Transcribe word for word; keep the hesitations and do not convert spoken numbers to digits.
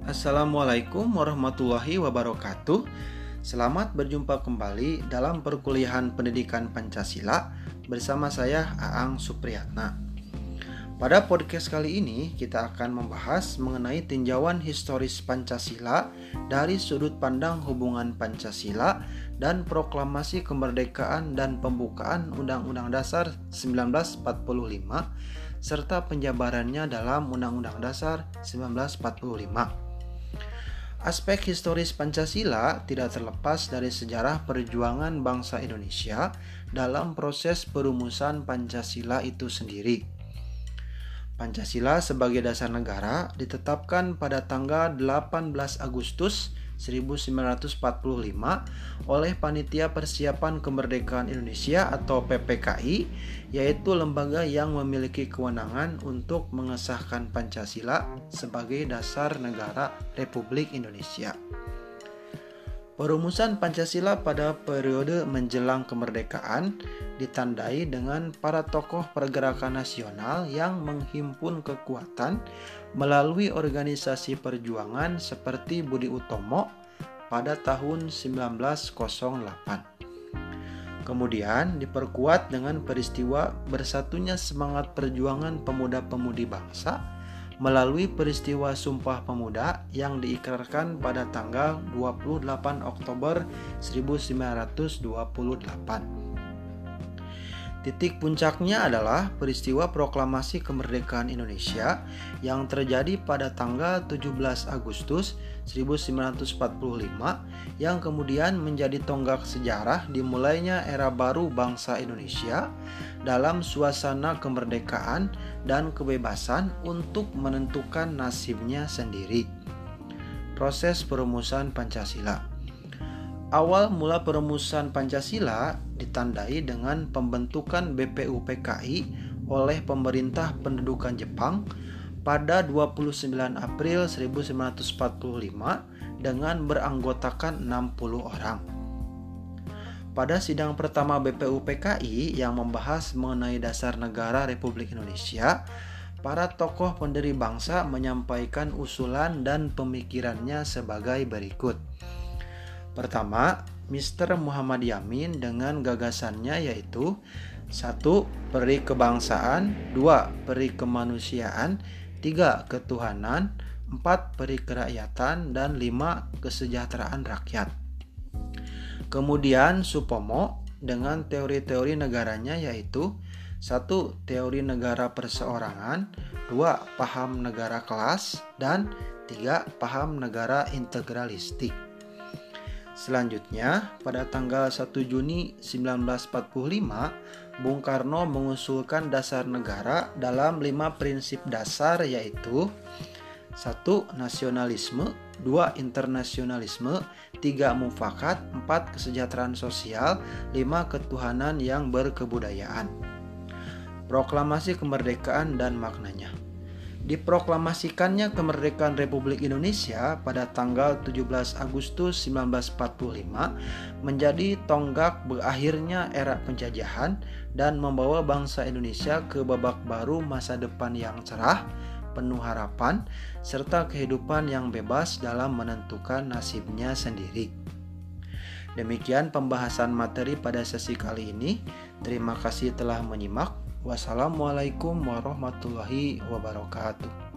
Assalamualaikum warahmatullahi wabarakatuh. Selamat berjumpa kembali dalam perkuliahan pendidikan Pancasila bersama saya Aang Supriyatna. Pada podcast kali ini kita akan membahas mengenai tinjauan historis Pancasila dari sudut pandang hubungan Pancasila dan proklamasi kemerdekaan dan pembukaan Undang-Undang Dasar seribu sembilan ratus empat puluh lima serta penjabarannya dalam Undang-Undang Dasar seribu sembilan ratus empat puluh lima. Aspek historis Pancasila tidak terlepas dari sejarah perjuangan bangsa Indonesia dalam proses perumusan Pancasila itu sendiri. Pancasila sebagai dasar negara ditetapkan pada tanggal delapan belas Agustus seribu sembilan ratus empat puluh lima oleh Panitia Persiapan Kemerdekaan Indonesia atau P P K I, yaitu lembaga yang memiliki kewenangan untuk mengesahkan Pancasila sebagai dasar negara Republik Indonesia. Perumusan Pancasila pada periode menjelang kemerdekaan ditandai dengan para tokoh pergerakan nasional yang menghimpun kekuatan melalui organisasi perjuangan seperti Budi Utomo pada tahun seribu sembilan ratus delapan. Kemudian diperkuat dengan peristiwa bersatunya semangat perjuangan pemuda-pemudi bangsa melalui peristiwa Sumpah Pemuda yang diikrarkan pada tanggal dua puluh delapan Oktober seribu sembilan ratus dua puluh delapan. Titik puncaknya adalah peristiwa proklamasi kemerdekaan Indonesia yang terjadi pada tanggal tujuh belas Agustus seribu sembilan ratus empat puluh lima yang kemudian menjadi tonggak sejarah dimulainya era baru bangsa Indonesia dalam suasana kemerdekaan dan kebebasan untuk menentukan nasibnya sendiri. Proses perumusan Pancasila. Awal mula perumusan Pancasila ditandai dengan pembentukan B P U P K I oleh pemerintah pendudukan Jepang pada dua puluh sembilan April seribu sembilan ratus empat puluh lima dengan beranggotakan enam puluh orang. Pada sidang pertama B P U P K I yang membahas mengenai dasar negara Republik Indonesia, para tokoh pendiri bangsa menyampaikan usulan dan pemikirannya sebagai berikut. Pertama, Mister Muhammad Yamin dengan gagasannya yaitu satu. Peri kebangsaan, dua. Peri kemanusiaan, tiga. Ketuhanan, empat. Peri kerakyatan, dan lima. Kesejahteraan rakyat. Kemudian Supomo dengan teori-teori negaranya yaitu satu. Teori negara perseorangan, dua. Paham negara kelas, dan tiga. Paham negara integralistik. Selanjutnya, pada tanggal satu Juni seribu sembilan ratus empat puluh lima, Bung Karno mengusulkan dasar negara dalam lima prinsip dasar yaitu satu. Nasionalisme, dua. Internasionalisme, tiga. Mufakat, empat. Kesejahteraan sosial, lima. Ketuhanan yang berkebudayaan. Proklamasi kemerdekaan dan maknanya. Diproklamasikannya kemerdekaan Republik Indonesia pada tanggal tujuh belas Agustus seribu sembilan ratus empat puluh lima menjadi tonggak berakhirnya era penjajahan dan membawa bangsa Indonesia ke babak baru masa depan yang cerah, penuh harapan, serta kehidupan yang bebas dalam menentukan nasibnya sendiri. Demikian pembahasan materi pada sesi kali ini. Terima kasih telah menyimak. Wassalamualaikum warahmatullahi wabarakatuh.